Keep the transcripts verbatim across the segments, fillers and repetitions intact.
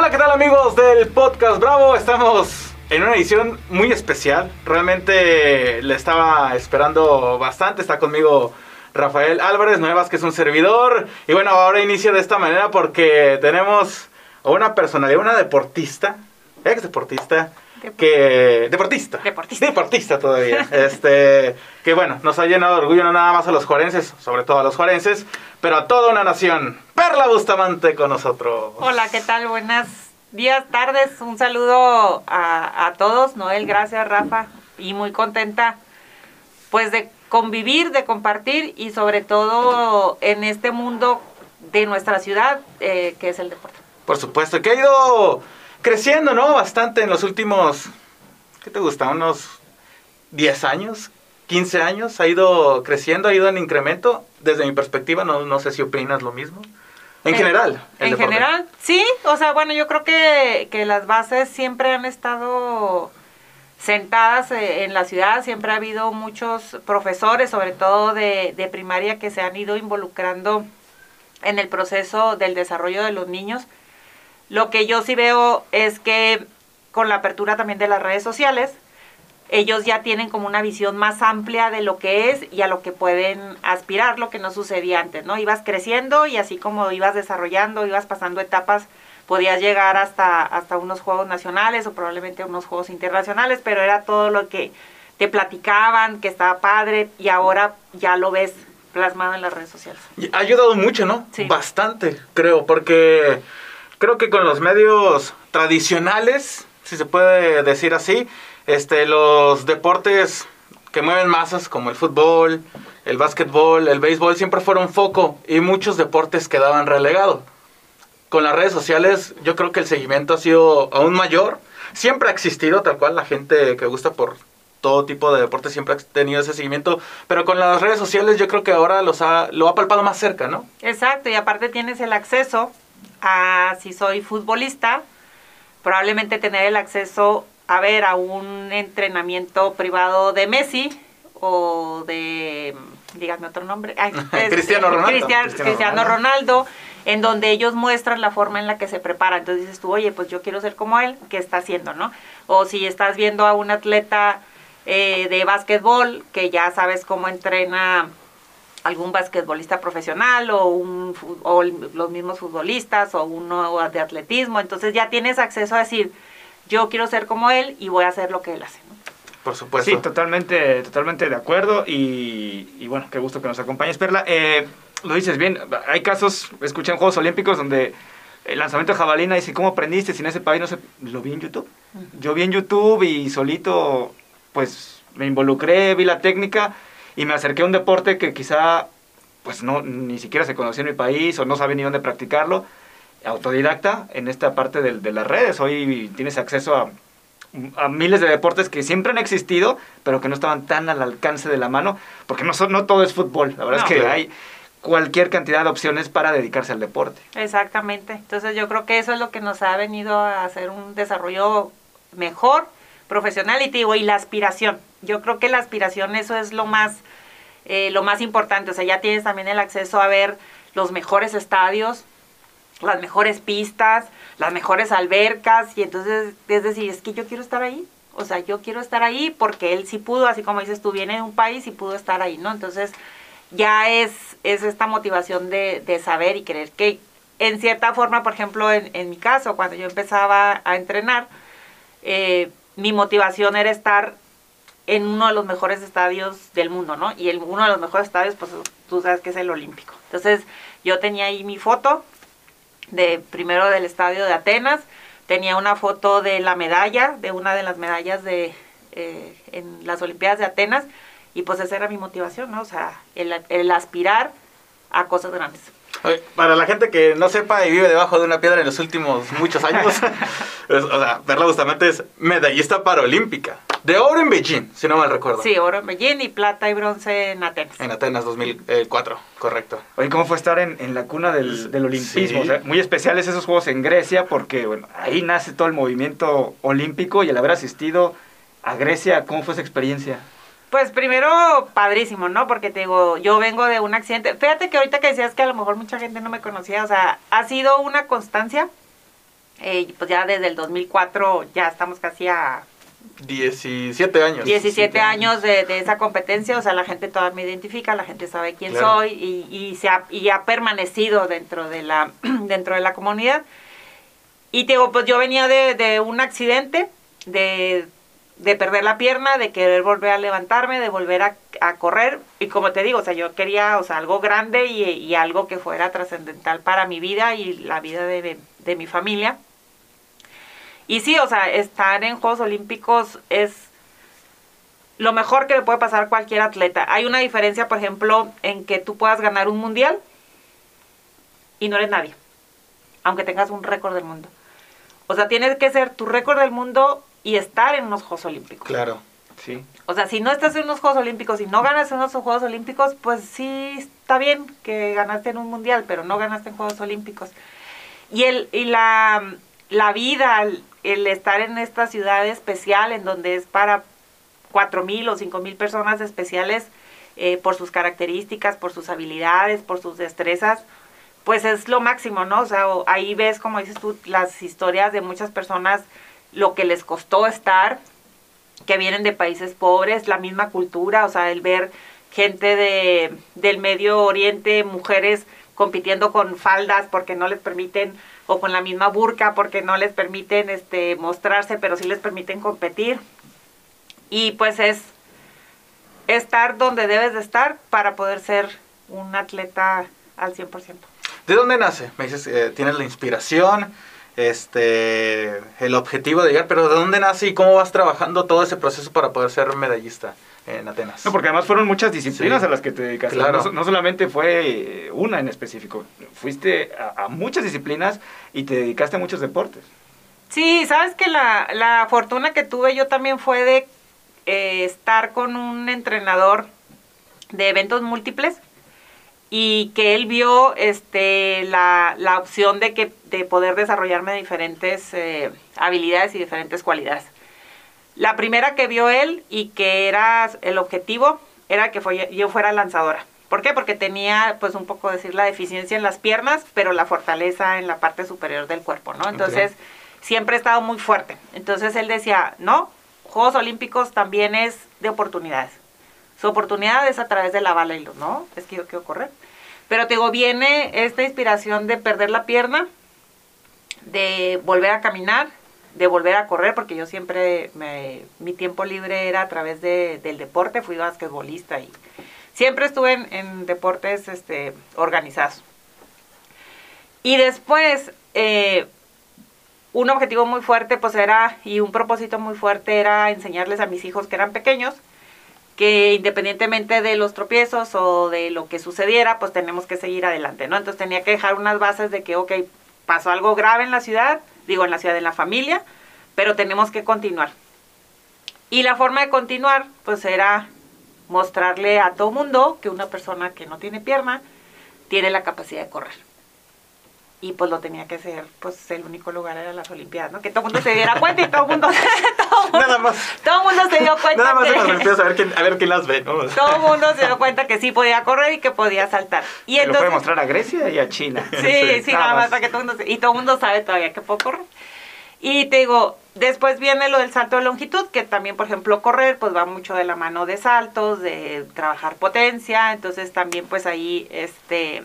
Hola, ¿qué tal amigos del Podcast Bravo? Estamos en una edición muy especial. Realmente le estaba esperando bastante. Está conmigo Rafael Álvarez Nuevas, que es un servidor. Y bueno, ahora inicio de esta manera porque tenemos a una personalidad, una deportista, ex deportista, Deport que deportista, deportista, deportista todavía, este, que bueno, nos ha llenado de orgullo no nada más a los juarenses, sobre todo a los juarenses, pero a toda una nación. Perla Bustamante con nosotros. Hola, ¿qué tal? Buenos días, tardes, un saludo a, a todos. Noel, gracias Rafa, y muy contenta pues de convivir, de compartir y sobre todo en este mundo de nuestra ciudad eh, que es el deporte. Por supuesto, que ha ido creciendo, ¿no? Bastante en los últimos, ¿qué te gusta? Unos diez años, quince años, ha ido creciendo, ha ido en incremento. Desde mi perspectiva, no, no sé si opinas lo mismo. En eh, general. En deporte. general, sí. O sea, bueno, yo creo que, que las bases siempre han estado sentadas en la ciudad. Siempre ha habido muchos profesores, sobre todo de, de primaria, que se han ido involucrando en el proceso del desarrollo de los niños. Lo que yo sí veo es que con la apertura también de las redes sociales, ellos ya tienen como una visión más amplia de lo que es y a lo que pueden aspirar, lo que no sucedía antes, ¿no? Ibas creciendo y así como ibas desarrollando, ibas pasando etapas, podías llegar hasta, hasta unos juegos nacionales o probablemente unos juegos internacionales, pero era todo lo que te platicaban, que estaba padre, y ahora ya lo ves plasmado en las redes sociales. Ha ayudado mucho, ¿no? Sí. Bastante, creo, porque creo que con los medios tradicionales, si se puede decir así, este, los deportes que mueven masas como el fútbol, el básquetbol, el béisbol siempre fueron foco y muchos deportes quedaban relegados. Con las redes sociales yo creo que el seguimiento ha sido aún mayor. Siempre ha existido tal cual, la gente que gusta por todo tipo de deportes siempre ha tenido ese seguimiento, pero con las redes sociales yo creo que ahora los ha, lo ha palpado más cerca, ¿no? Exacto, y aparte tienes el acceso a, si soy futbolista, probablemente tener el acceso a ver a un entrenamiento privado de Messi o de, díganme otro nombre, Ay, es, Cristiano Ronaldo. Cristian, Cristiano, Cristiano Ronaldo, en donde ellos muestran la forma en la que se prepara. Entonces dices tú, oye, pues yo quiero ser como él, ¿qué está haciendo, no? O si estás viendo a un atleta eh, de básquetbol, que ya sabes cómo entrena algún basquetbolista profesional o, un, o los mismos futbolistas o uno de atletismo, entonces ya tienes acceso a decir, yo quiero ser como él y voy a hacer lo que él hace, ¿no? Por supuesto. Sí, totalmente, totalmente de acuerdo y, y bueno, qué gusto que nos acompañes, Perla. Eh, lo dices bien, hay casos, escuché en Juegos Olímpicos donde el lanzamiento de jabalina, y si cómo aprendiste, si en ese país no sé, lo vi en YouTube. Uh-huh. Yo vi en YouTube y solito, pues, me involucré, vi la técnica y me acerqué a un deporte que quizá, pues, no, ni siquiera se conocía en mi país o no sabía ni dónde practicarlo. Autodidacta en esta parte de, de las redes. Hoy tienes acceso a, a miles de deportes que siempre han existido, pero que no estaban tan al alcance de la mano, porque no, son, no todo es fútbol. La verdad no, es que claro, hay cualquier cantidad de opciones para dedicarse al deporte. Exactamente. Entonces yo creo que eso es lo que nos ha venido a hacer un desarrollo mejor, profesional, y te digo, y la aspiración. Yo creo que la aspiración, eso es lo más, eh, lo más importante. O sea, ya tienes también el acceso a ver los mejores estadios, las mejores pistas, las mejores albercas, y entonces es decir, es que yo quiero estar ahí, o sea, yo quiero estar ahí porque él sí pudo, así como dices tú, viene de un país y pudo estar ahí, ¿no? Entonces ya es, es esta motivación de, de saber y querer, que en cierta forma, por ejemplo, en, en mi caso, cuando yo empezaba a entrenar, eh, mi motivación era estar en uno de los mejores estadios del mundo, ¿no? Y el, uno de los mejores estadios, pues tú sabes que es el Olímpico. Entonces yo tenía ahí mi foto, de primero del estadio de Atenas, tenía una foto de la medalla, de una de las medallas de eh, en las Olimpiadas de Atenas, y pues esa era mi motivación, ¿no? O sea, el, el aspirar a cosas grandes. Para la gente que no sepa y vive debajo de una piedra en los últimos muchos años, es, o sea, Perla Bustamante es medallista paralímpica. De oro en Beijing, si no mal recuerdo. Sí, oro en Beijing y plata y bronce en Atenas. En Atenas dos mil cuatro, correcto. Oye, ¿cómo fue estar en, en la cuna del, del olimpismo? Sí. O sea, muy especiales esos Juegos en Grecia porque, bueno, ahí nace todo el movimiento olímpico, y el haber asistido a Grecia, ¿cómo fue esa experiencia? Pues primero, padrísimo, ¿no? Porque te digo, yo vengo de un accidente. Fíjate que ahorita que decías que a lo mejor mucha gente no me conocía, o sea, ha sido una constancia Eh, pues ya desde el dos mil cuatro ya estamos casi a diecisiete años. diecisiete años de, de esa competencia, o sea, la gente todavía me identifica, la gente sabe quién claro. soy y, y, se ha, y ha permanecido dentro de la, dentro de la comunidad. Y te digo, pues yo venía de, de un accidente, de, de perder la pierna, de querer volver a levantarme, de volver a, a correr. Y como te digo, o sea, yo quería, o sea, algo grande y, y algo que fuera trascendental para mi vida y la vida de, de, de mi familia. Y sí, o sea, estar en Juegos Olímpicos es lo mejor que le puede pasar a cualquier atleta. Hay una diferencia, por ejemplo, en que tú puedas ganar un mundial y no eres nadie, aunque tengas un récord del mundo. O sea, tienes que ser tu récord del mundo y estar en unos Juegos Olímpicos. Claro, sí. O sea, si no estás en unos Juegos Olímpicos y no ganas en unos Juegos Olímpicos, pues sí está bien que ganaste en un mundial, pero no ganaste en Juegos Olímpicos. Y, el, y la, la vida, el, el estar en esta ciudad especial, en donde es para cuatro mil o cinco mil personas especiales, eh, por sus características, por sus habilidades, por sus destrezas, pues es lo máximo, ¿no? O sea, ahí ves, como dices tú, las historias de muchas personas, lo que les costó estar, que vienen de países pobres, la misma cultura, o sea, el ver gente de, del Medio Oriente, mujeres compitiendo con faldas porque no les permiten, o con la misma burka porque no les permiten este, mostrarse, pero sí les permiten competir. Y pues es estar donde debes de estar para poder ser un atleta al cien por ciento. ¿De dónde nace? Me dices, eh, tienes la inspiración, este, el objetivo de llegar, pero ¿de dónde nace y cómo vas trabajando todo ese proceso para poder ser medallista en Atenas? No, porque además fueron muchas disciplinas sí. a las que te dedicaste. Claro. No, no solamente fue una en específico, fuiste a, a muchas disciplinas y te dedicaste a muchos deportes. Sí, sabes que la, la fortuna que tuve yo también fue de eh, estar con un entrenador de eventos múltiples, y que él vio este, la, la opción de, que, de poder desarrollarme diferentes eh, habilidades y diferentes cualidades. La primera que vio él y que era el objetivo era que fue, yo fuera lanzadora. ¿Por qué? Porque tenía, pues, un poco decir la deficiencia en las piernas, pero la fortaleza en la parte superior del cuerpo, ¿no? Entonces, okay. siempre he estado muy fuerte. Entonces, él decía, no, Juegos Olímpicos también es de oportunidades. Su oportunidad es a través de la bala y los, ¿no? Es que yo quiero correr. Pero te digo, viene esta inspiración de perder la pierna, de volver a caminar, de volver a correr, porque yo siempre, me, mi tiempo libre era a través de, del deporte, fui basquetbolista y siempre estuve en, en deportes este, organizados. Y después, eh, un objetivo muy fuerte pues era, y un propósito muy fuerte era enseñarles a mis hijos que eran pequeños, que independientemente de los tropiezos o de lo que sucediera, pues tenemos que seguir adelante, ¿no? Entonces tenía que dejar unas bases de que, ok, pasó algo grave en la ciudad, digo, en la ciudad de la familia, pero tenemos que continuar. Y la forma de continuar, pues era mostrarle a todo mundo que una persona que no tiene pierna tiene la capacidad de correr. Y pues lo tenía que hacer, pues el único lugar era las Olimpiadas, ¿no? Que todo el mundo se diera cuenta y todo el mundo, todo mundo, nada más. Todo el mundo se dio cuenta. Nada más que, en las Olimpiadas a ver quién, a ver quién las ve, ¿no? Todo el mundo se dio cuenta que sí podía correr y que podía saltar. Y Se entonces, lo puede mostrar a Grecia y a China. Sí, sí, sí, nada, nada más para que todo el mundo se, y todo el mundo sabe todavía que puedo correr. Y te digo, después viene lo del salto de longitud, que también, por ejemplo, correr, pues va mucho de la mano de saltos, de trabajar potencia, entonces también pues ahí, este...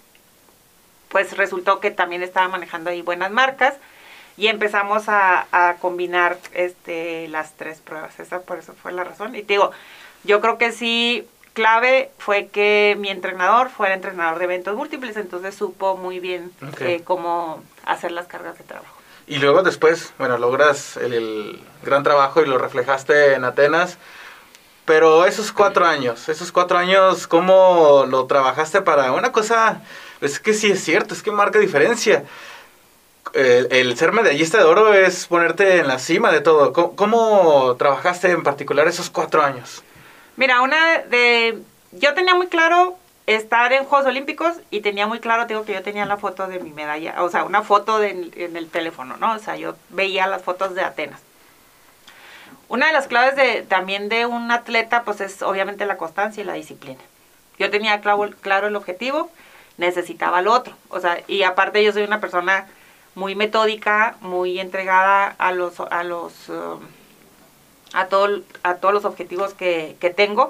pues resultó que también estaba manejando ahí buenas marcas y empezamos a, a combinar este, las tres pruebas. Esa por eso fue la razón. Y te digo, yo creo que sí, clave fue que mi entrenador fuera entrenador de eventos múltiples, entonces supo muy bien okay. eh, cómo hacer las cargas de trabajo. Y luego después, bueno, logras el, el gran trabajo y lo reflejaste en Atenas. Pero esos cuatro años, esos cuatro años, ¿cómo lo trabajaste para una cosa? Es que sí es cierto, es que marca diferencia. El, el ser medallista de oro es ponerte en la cima de todo. ¿Cómo, cómo trabajaste en particular esos cuatro años? Mira, una de... Yo tenía muy claro estar en Juegos Olímpicos y tenía muy claro, digo que yo tenía la foto de mi medalla, o sea, una foto de, en el teléfono, ¿no? O sea, yo veía las fotos de Atenas. Una de las claves de, también de un atleta, pues es obviamente la constancia y la disciplina. Yo tenía claro, claro el objetivo, necesitaba lo otro. O sea, y aparte yo soy una persona muy metódica, muy entregada a los, a los, uh, a todo, a todos los objetivos que, que tengo.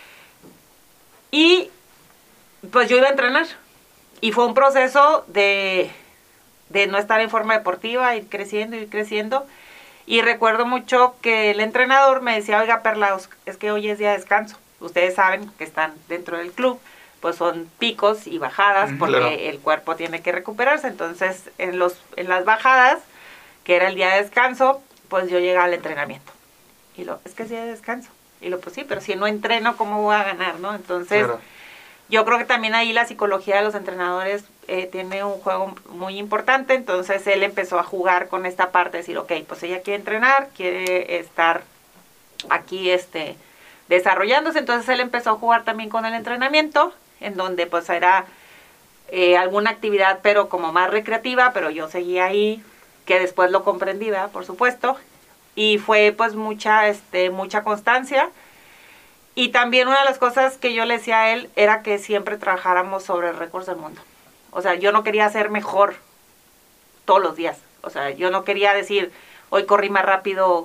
Y pues yo iba a entrenar. Y fue un proceso de, de no estar en forma deportiva, ir creciendo, ir creciendo. Y recuerdo mucho que el entrenador me decía, oiga, Perla, es que hoy es día de descanso. Ustedes saben que están dentro del club, pues son picos y bajadas, porque claro, el cuerpo tiene que recuperarse. Entonces, en, los, en las bajadas, que era el día de descanso, pues yo llegaba al entrenamiento. Y lo, es que es día de descanso. Y lo, pues sí, pero si no entreno, ¿cómo voy a ganar, no? Entonces, claro, yo creo que también ahí la psicología de los entrenadores eh, tiene un juego muy importante. Entonces, él empezó a jugar con esta parte, de decir, ok, pues ella quiere entrenar, quiere estar aquí, este, desarrollándose. Entonces, él empezó a jugar también con el entrenamiento, en donde pues era eh, alguna actividad, pero como más recreativa, pero yo seguía ahí, que después lo comprendí, ¿verdad? Por supuesto. Y fue pues mucha, este, mucha constancia. Y también una de las cosas que yo le decía a él era que siempre trabajáramos sobre récords del mundo. O sea, yo no quería ser mejor todos los días. O sea, yo no quería decir, hoy corrí más rápido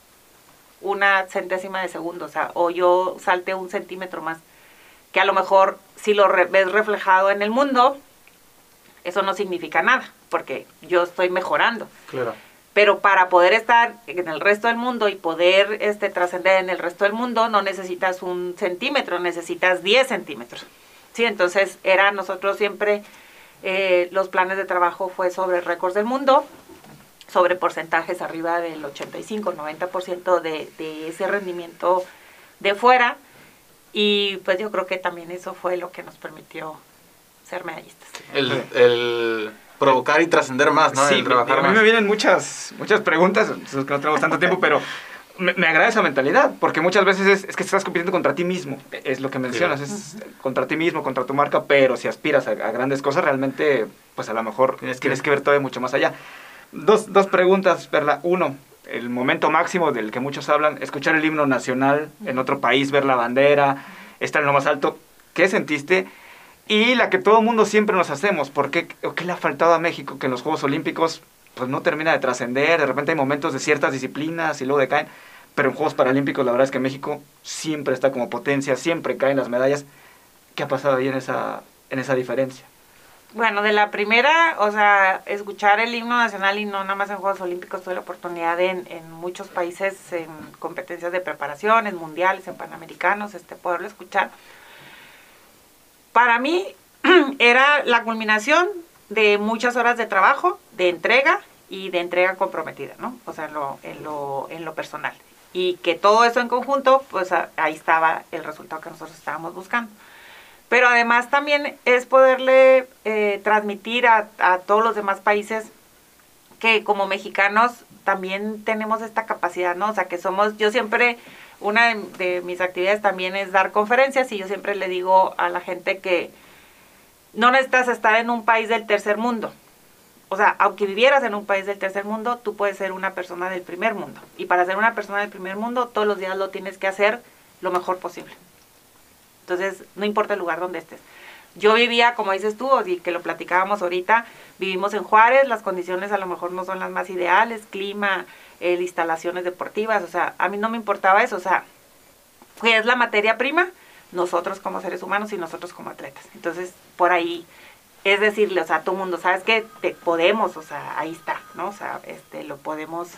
una centésima de segundo, o sea, o yo salté un centímetro más. Que a lo mejor si lo re ves reflejado en el mundo, eso no significa nada, porque yo estoy mejorando. Claro. Pero para poder estar en el resto del mundo y poder este, trascender en el resto del mundo, no necesitas un centímetro, necesitas diez centímetros. Sí, entonces era nosotros siempre, eh, los planes de trabajo fue sobre récords del mundo, sobre porcentajes arriba del ochenta y cinco, noventa por ciento de, de ese rendimiento de fuera. Y pues yo creo que también eso fue lo que nos permitió ser medallistas. El, el provocar y trascender más, ¿no? Sí, el trabajar a mí más. me vienen muchas, muchas preguntas, que no tenemos tanto tiempo, pero me, me agrada esa mentalidad, porque muchas veces es, es que estás compitiendo contra ti mismo, es lo que mencionas, es contra ti mismo, contra tu marca, pero si aspiras a, a grandes cosas, realmente, pues a lo mejor tienes que, tienes que ver todavía mucho más allá. Dos, dos preguntas, Perla. Uno, el momento máximo del que muchos hablan, escuchar el himno nacional en otro país, ver la bandera, estar en lo más alto. ¿Qué sentiste? Y la que todo el mundo siempre nos hacemos, ¿por qué, qué le ha faltado a México que en los Juegos Olímpicos pues no termina de trascender? De repente hay momentos de ciertas disciplinas y luego decaen, pero en Juegos Paralímpicos la verdad es que México siempre está como potencia, siempre caen las medallas. ¿Qué ha pasado ahí en esa, en esa diferencia? Bueno, de la primera, o sea, escuchar el himno nacional y no nada más en Juegos Olímpicos, tuve la oportunidad en, en muchos países, en competencias de preparación, en mundiales, en panamericanos, este, poderlo escuchar. Para mí era la culminación de muchas horas de trabajo, de entrega y de entrega comprometida, ¿no? O sea, en lo, en lo, en lo personal. Y que todo eso en conjunto, pues a, ahí estaba el resultado que nosotros estábamos buscando. Pero además también es poderle eh, transmitir a, a todos los demás países que como mexicanos también tenemos esta capacidad, ¿no? O sea, que somos, yo siempre, una de, de mis actividades también es dar conferencias y yo siempre le digo a la gente que no necesitas estar en un país del tercer mundo. O sea, aunque vivieras en un país del tercer mundo, tú puedes ser una persona del primer mundo. Y para ser una persona del primer mundo, todos los días lo tienes que hacer lo mejor posible. Entonces, no importa el lugar donde estés. Yo vivía, como dices tú, y que lo platicábamos ahorita, vivimos en Juárez, las condiciones a lo mejor no son las más ideales, clima, eh, instalaciones deportivas, o sea, a mí no me importaba eso, o sea, que es la materia prima, nosotros como seres humanos y nosotros como atletas. Entonces, por ahí, es decirle, o sea, a todo mundo, ¿sabes qué? Te podemos, o sea, ahí está, ¿no? O sea, este, lo podemos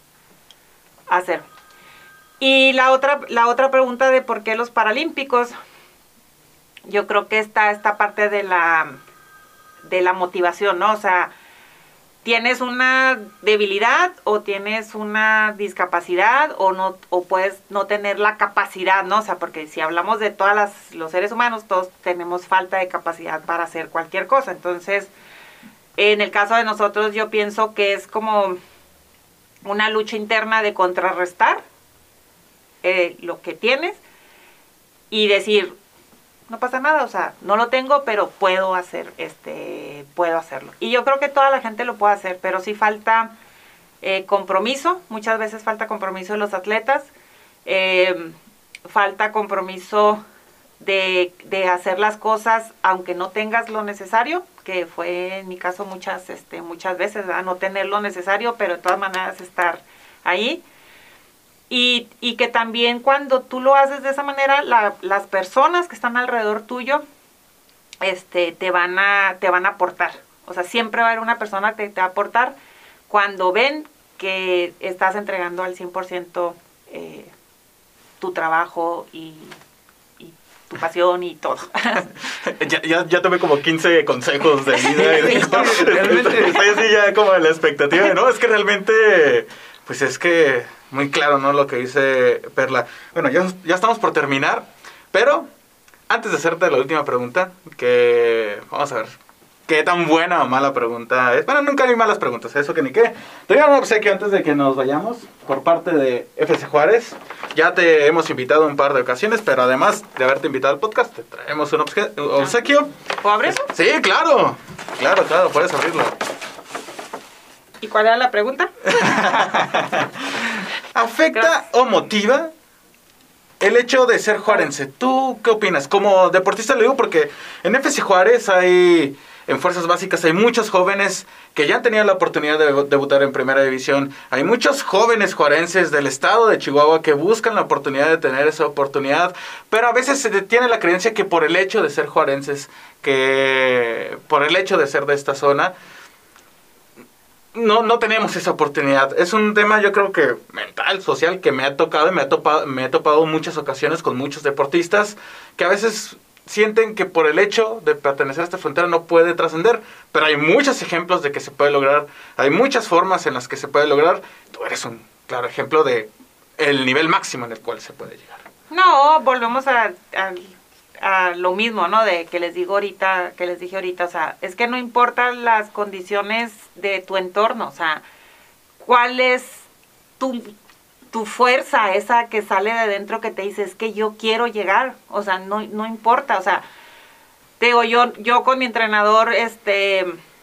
hacer. Y la otra, la otra pregunta de por qué los Paralímpicos, yo creo que está esta parte de la, de la motivación, ¿no? O sea, tienes una debilidad o tienes una discapacidad o no, o puedes no tener la capacidad, ¿no? O sea, porque si hablamos de todos los seres humanos, todos tenemos falta de capacidad para hacer cualquier cosa. Entonces, en el caso de nosotros, yo pienso que es como una lucha interna de contrarrestar eh, lo que tienes y decir, no pasa nada, o sea, no lo tengo, pero puedo hacer, este, puedo hacerlo. Y yo creo que toda la gente lo puede hacer, pero sí falta eh, compromiso, muchas veces falta compromiso de los atletas, eh, falta compromiso de, de hacer las cosas aunque no tengas lo necesario, que fue en mi caso muchas, este, muchas veces, ¿verdad? No tener lo necesario, pero de todas maneras estar ahí. Y, y que también cuando tú lo haces de esa manera, la, las personas que están alrededor tuyo este, te, van a, te van a aportar. O sea, siempre va a haber una persona que te va a aportar cuando ven que estás entregando al cien por ciento eh, tu trabajo y, y tu pasión y todo. ya, ya, ya tomé como quince consejos de vida. Y de cosas. Realmente estoy así ya como en la expectativa de, no, es que realmente, pues es que muy claro, ¿no? Lo que dice Perla. Bueno, ya, ya estamos por terminar, pero antes de hacerte la última pregunta, que vamos a ver qué tan buena o mala pregunta es. Bueno, nunca hay malas preguntas, eso que ni qué. Te voy a dar un obsequio antes de que nos vayamos por parte de F C Juárez. Ya te hemos invitado un par de ocasiones, pero además de haberte invitado al podcast, te traemos un obse- obsequio. ¿Puedo abrirlo? Sí, claro. Claro, claro, puedes abrirlo. ¿Y cuál era la pregunta? ¿Afecta Gracias. o motiva el hecho de ser juarense? ¿Tú qué opinas? Como deportista lo digo porque en F C Juárez hay, en Fuerzas Básicas, hay muchos jóvenes que ya han tenido la oportunidad de debutar en Primera División. Hay muchos jóvenes juarenses del estado de Chihuahua que buscan la oportunidad de tener esa oportunidad, pero a veces se tiene la creencia que por el hecho de ser juarenses, que por el hecho de ser de esta zona, No, no tenemos esa oportunidad. Es un tema, yo creo que mental, social, que me ha tocado y me, ha topado, me he topado en muchas ocasiones con muchos deportistas que a veces sienten que por el hecho de pertenecer a esta frontera no puede trascender, pero hay muchos ejemplos de que se puede lograr, hay muchas formas en las que se puede lograr. Tú eres un claro ejemplo de el nivel máximo en el cual se puede llegar. No, volvemos a, a, a lo mismo, ¿no? De que les digo ahorita, que les dije ahorita, o sea, es que no importan las condiciones de tu entorno, o sea, cuál es tu, tu fuerza, esa que sale de dentro que te dice, es que yo quiero llegar, o sea, no, no importa, o sea, te digo, yo, yo con mi entrenador, este,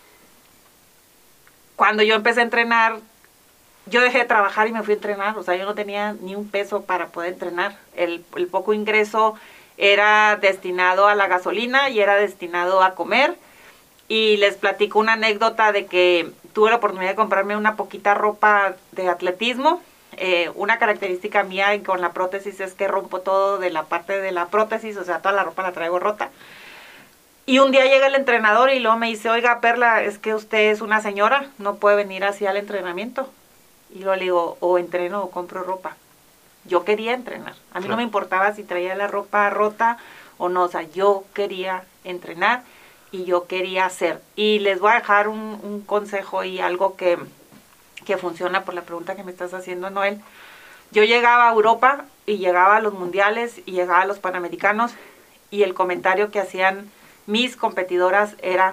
cuando yo empecé a entrenar, yo dejé de trabajar y me fui a entrenar, o sea, yo no tenía ni un peso para poder entrenar, el, el poco ingreso era destinado a la gasolina y era destinado a comer. Y les platico una anécdota de que tuve la oportunidad de comprarme una poquita ropa de atletismo. Eh, una característica mía con la prótesis es que rompo todo de la parte de la prótesis, o sea, toda la ropa la traigo rota. Y un día llega el entrenador y luego me dice, oiga, Perla, es que usted es una señora, no puede venir así al entrenamiento. Y luego le digo, o entreno o compro ropa. Yo quería entrenar. A mí claro. No me importaba si traía la ropa rota o no, o sea, yo quería entrenar. Y yo quería hacer. Y les voy a dejar un, un consejo y algo que, que funciona por la pregunta que me estás haciendo, Noel. Yo llegaba a Europa y llegaba a los mundiales y llegaba a los panamericanos y el comentario que hacían mis competidoras era,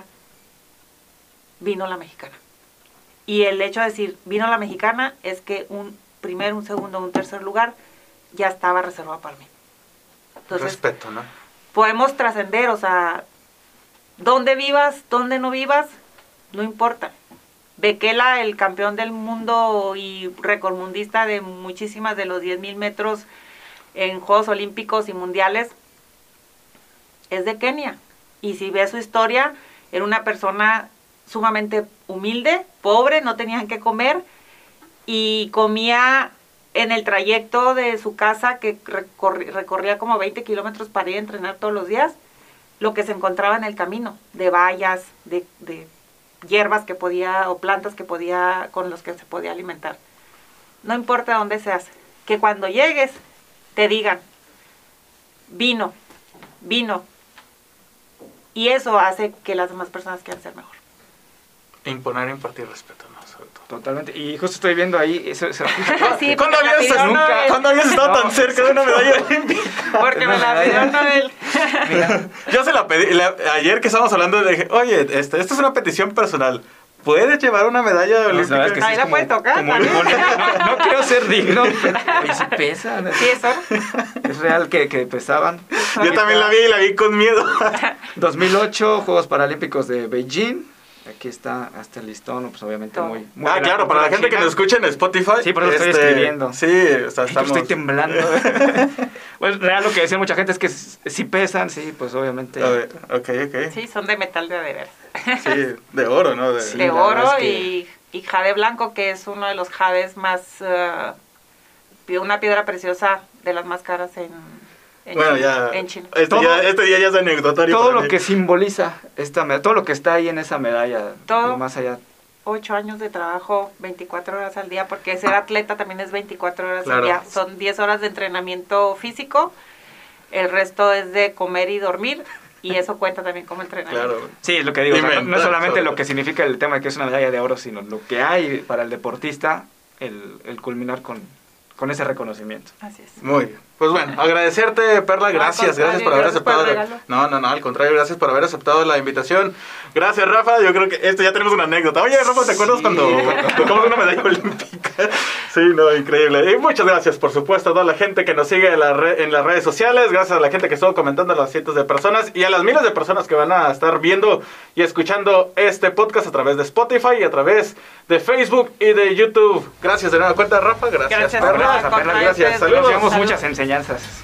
vino la mexicana. Y el hecho de decir, vino la mexicana, es que un primer, un segundo, un tercer lugar ya estaba reservado para mí. Entonces, respeto, ¿no? Podemos trascender, o sea, donde vivas, donde no vivas, no importa. Bekela, el campeón del mundo y recordmundista de muchísimas de los diez mil metros en Juegos Olímpicos y Mundiales, es de Kenia. Y si ves su historia, era una persona sumamente humilde, pobre, no tenían que comer y comía en el trayecto de su casa, que recorri- recorría como veinte kilómetros para ir a entrenar todos los días, lo que se encontraba en el camino, de bayas, de, de hierbas que podía, o plantas que podía, con los que se podía alimentar. No importa dónde seas, que cuando llegues te digan, vino, vino. Y eso hace que las demás personas quieran ser mejor. Imponer, impartir respeto, ¿no? Sobre todo. Totalmente. Y justo estoy viendo ahí... Eso, eso, sí, ¿Cuándo habías, pidió nunca, Noel. ¿cuándo habías estado No. tan cerca de una medalla olímpica? Porque me la pidió Noel. Mira, Yo se la pedí, la- ayer que estábamos hablando, le dije, oye, este, esto es una petición personal. ¿Puedes llevar una medalla la olímpica? verdad es que sí Ahí es la como- puedes tocar, como también. imponer. No, no quiero ser digno, pero oye, sí pesa. ¿no? Sí, eso. Es real que, que pesaban. Yo también la vi y la vi con miedo. dos mil ocho, Juegos Paralímpicos de Beijing. Aquí está hasta el listón, pues obviamente Todo. muy, muy Ah, gran claro, para la gente que cultura nos escucha en Spotify. Sí, por eso estoy este, escribiendo. Sí, o sea, Ay, estamos... yo estoy temblando. Bueno, real lo que decía mucha gente es que s- sí pesan, sí, pues obviamente. A ver, ok, ok. Sí, son de metal de de veras. Sí, de oro, ¿no? De, Sí. de la oro verdad es que- y, y jade blanco, que es uno de los jades más, uh, una piedra preciosa de las más caras en, en Bueno, China, ya. en China. Este, Todo- ya, este día ya es anecdotario. Todo para lo mí. que simboliza esta medalla, todo lo que está ahí en esa medalla, Todo. lo más allá. Ocho años de trabajo, veinticuatro horas al día, porque ser atleta también es veinticuatro horas Claro. al día. Son diez horas de entrenamiento físico, el resto es de comer y dormir, y eso cuenta también como entrenamiento. Claro. Sí, es lo que digo, o sea, no, no es Inventar, solamente sobre lo todo. que significa el tema de que es una medalla de oro, sino lo que hay para el deportista, el, el culminar con, con ese reconocimiento. Así es. Muy bien. Pues bueno, agradecerte, Perla, al gracias, contrario, gracias por haber gracias por aceptado. el la- regalo. No, no, no, al contrario, gracias por haber aceptado la invitación. Gracias, Rafa. Yo creo que esto ya tenemos una anécdota. Oye, Rafa, ¿te acuerdas Sí. cuando tocamos una medalla olímpica? Sí, no, increíble. Y muchas gracias, por supuesto, a toda la gente que nos sigue en, la re- en las redes sociales. Gracias a la gente que estuvo comentando, a las cientos de personas y a las miles de personas que van a estar viendo y escuchando este podcast a través de Spotify y a través de Facebook y de YouTube. Gracias de nueva cuenta, Rafa. Gracias, Gracias, Perla. Rafa. Gracias, Perla, gracias. Ustedes, Saludos. Nos llevamos Saludos. muchas enseñanzas.